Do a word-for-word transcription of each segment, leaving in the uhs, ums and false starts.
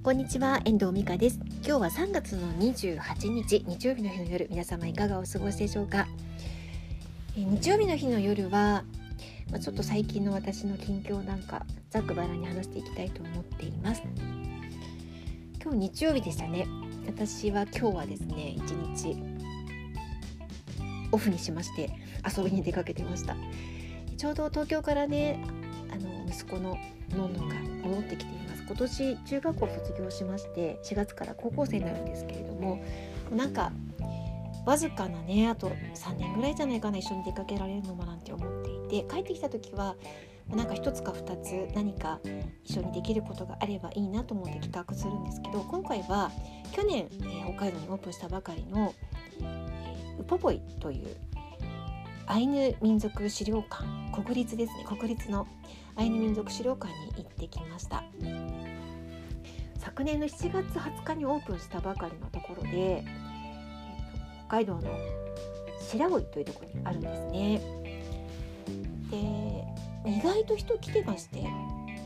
こんにちは、遠藤美香です。今日はさんがつのにじゅうはちにち、日曜日の日の夜、皆様いかがお過ごしでしょうか。え日曜日の日の夜は、まあ、ちょっと最近の私の近況なんかざっくばらんに話していきたいと思っています。今日日曜日でしたね。私は今日はですね、一日オフにしまして遊びに出かけてました。ちょうど東京からね、あの息子ののんのんが戻ってきています。今年中学校を卒業しましてしがつから高校生になるんですけれども、なんかわずかなねあとさんねんぐらいじゃないかな、一緒に出かけられるのもなんて思っていて、帰ってきた時はなんか一つか二つ何か一緒にできることがあればいいなと思って企画するんですけど、今回は去年、えー、北海道にオープンしたばかりの、えー、ウポポイというアイヌ民族資料館、国立ですね、国立のアイヌ民族資料館に行ってきました。昨年のしちがつはつかにオープンしたばかりのところで、えっと、北海道の白老というところにあるんですね。で、意外と人来てまして、あ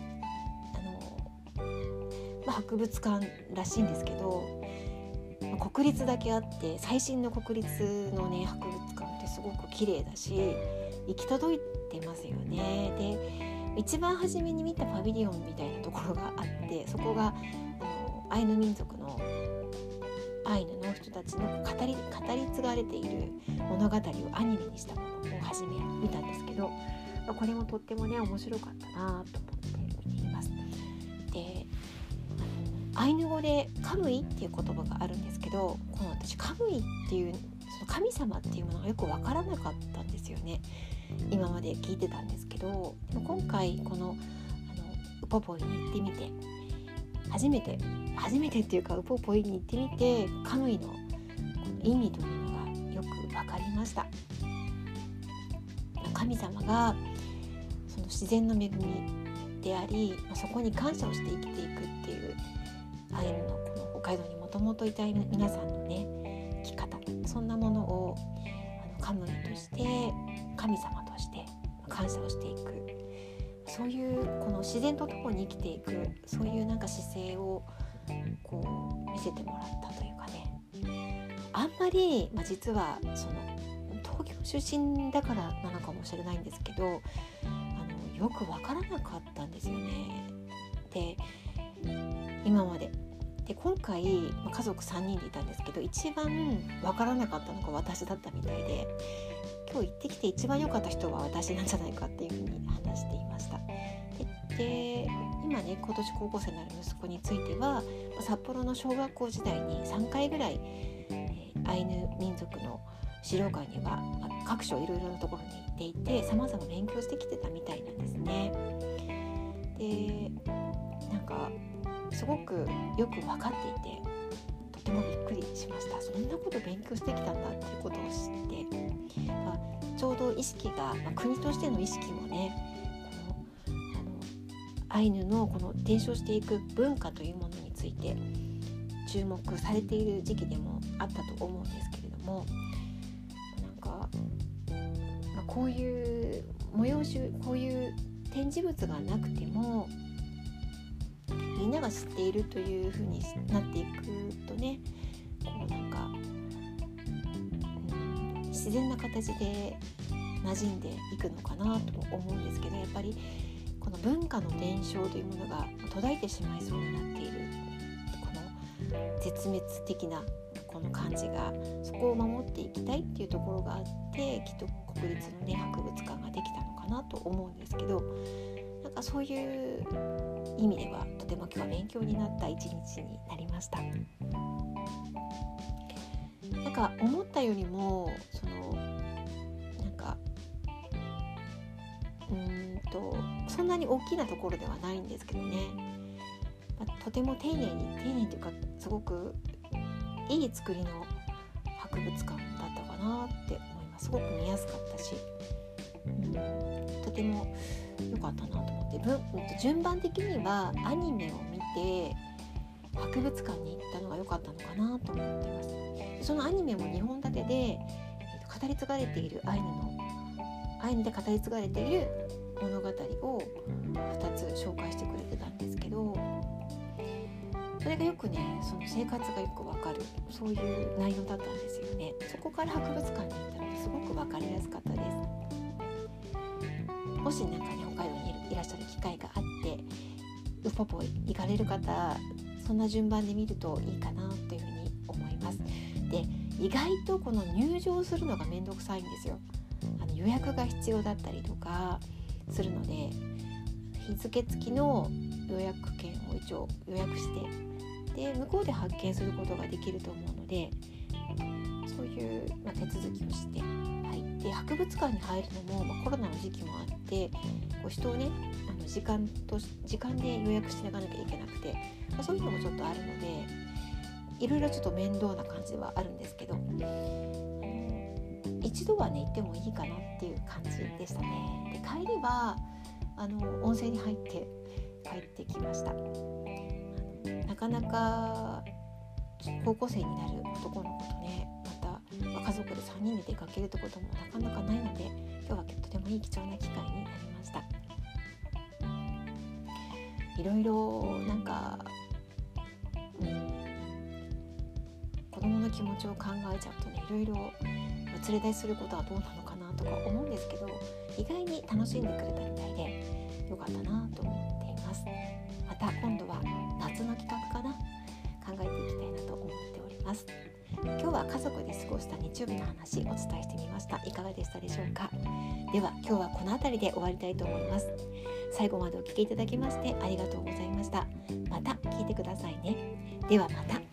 の、まあ、博物館らしいんですけど、まあ、国立だけあって最新の国立のね博物館ってすごく綺麗だし行き届いてますよね。で、一番初めに見たパビリオンみたいなところがあって、そこがあのアイヌ民族のアイヌの人たちの語り、語り継がれている物語をアニメにしたものを初め見たんですけど、これもとってもね面白かったなと思って見ています。で、アイヌ語でカムイっていう言葉があるんですけど、この私カムイっていうその神様っていうものがよく分からなかったんですよね。今まで聞いてたんですけど、でも今回この、あのウポポイに行ってみて初めて初めてっていうかウポポイに行ってみてカムイのこの意味というのがよく分かりました。神様がその自然の恵みであり、そこに感謝をして生きていくっていうアイヌのこの北海道にもともといた皆さんのね生き方、そんなものをあのカムイとして神様として感謝をしていく、そういうこの自然と共に生きていく、そういうなんか姿勢をこう見せてもらったというかね、あんまり、まあ、実はその東京出身だからなのかもしれないんですけど、あのよく分からなかったんですよね。で、今までで今回、まあ、家族さんにんでいたんですけど、一番分からなかったのが私だったみたいで、今日行ってきて一番良かった人は私なんじゃないかっていうふうに話していました。で、で今ね今年高校生になる息子については、札幌の小学校時代にさんかいぐらい、えー、アイヌ民族の資料館には、まあ、各所いろいろなところに行っていて様々勉強してきてたみたいなんですね。で、なんかすごくよく分かっていてとてもびっくりしました。そんなこと勉強してきたんだっていうことを知って、まあ、ちょうど意識が、まあ、国としての意識もね、このあのアイヌのこの伝承していく文化というものについて注目されている時期でもあったと思うんですけれども、なんか、まあ、こういう催し、こういう展示物がなくてもみんなが知っているという風になっていくとね、こうなんか、うん、自然な形で馴染んでいくのかなと思うんですけど、やっぱりこの文化の伝承というものが途絶えてしまいそうになっているこの絶滅的なこの感じが、そこを守っていきたいっていうところがあって、きっと国立のね博物館ができたのかなと思うんですけど、なんかそういう意味ではとても今日は勉強になった一日になりました。なんか思ったよりもそのなんかうーんとそんなに大きなところではないんですけどね、まあ、とても丁寧に丁寧というかすごくいい作りの博物館だったかなって思います。すごく見やすかったし、うん、とても良かったなと思って、順番的にはアニメを見て博物館に行ったのが良かったのかなと思ってます。そのアニメもにほん立てで語り継がれているアイヌのアイヌで語り継がれている物語をふたつ紹介してくれてたんですけど、 それがよくね、その生活がよくわかる、そういう内容だったんですよね。そこから博物館に行ったのですごくわかりやすかったです。もしなんかね、北海道にいらっしゃる機会があってウポポ行かれる方、そんな順番で見るといいかなというふうに思います。で、意外とこの入場するのがめんどくさいんですよ。あの予約が必要だったりとかするので、日付付きの予約券を一応予約して、で向こうで発券することができると思うので、そういう、まあ、手続きをして入って、博物館に入るのも、まあ、コロナの時期もあってこう人をね、あの時間と時間で予約していかなきゃいけなくて、まあ、そういうのもちょっとあるので、いろいろちょっと面倒な感じはあるんですけど、一度はね行ってもいいかなっていう感じでしたね。で、帰りはあの温泉に入って帰ってきました。なかなか高校生になる男の子とね、また家族でさんにんで出かけるってこともなかなかないので、今日はとてもいい貴重な機会になりました。いろいろなんか、うん、子供の気持ちを考えちゃうとね、いろいろ連れ出しすることはどうなのかなとか思うんですけど、意外に楽しんでくれたみたいでよかったなと思っています。また今度は夏の企画かな、考えていきたいなと思っております。今日は家族で過ごした日曜日の話お伝えしてみました。いかがでしたでしょうか。では今日はこの辺りで終わりたいと思います。最後までお聞きいただきましてありがとうございました。また聞いてくださいね。ではまた。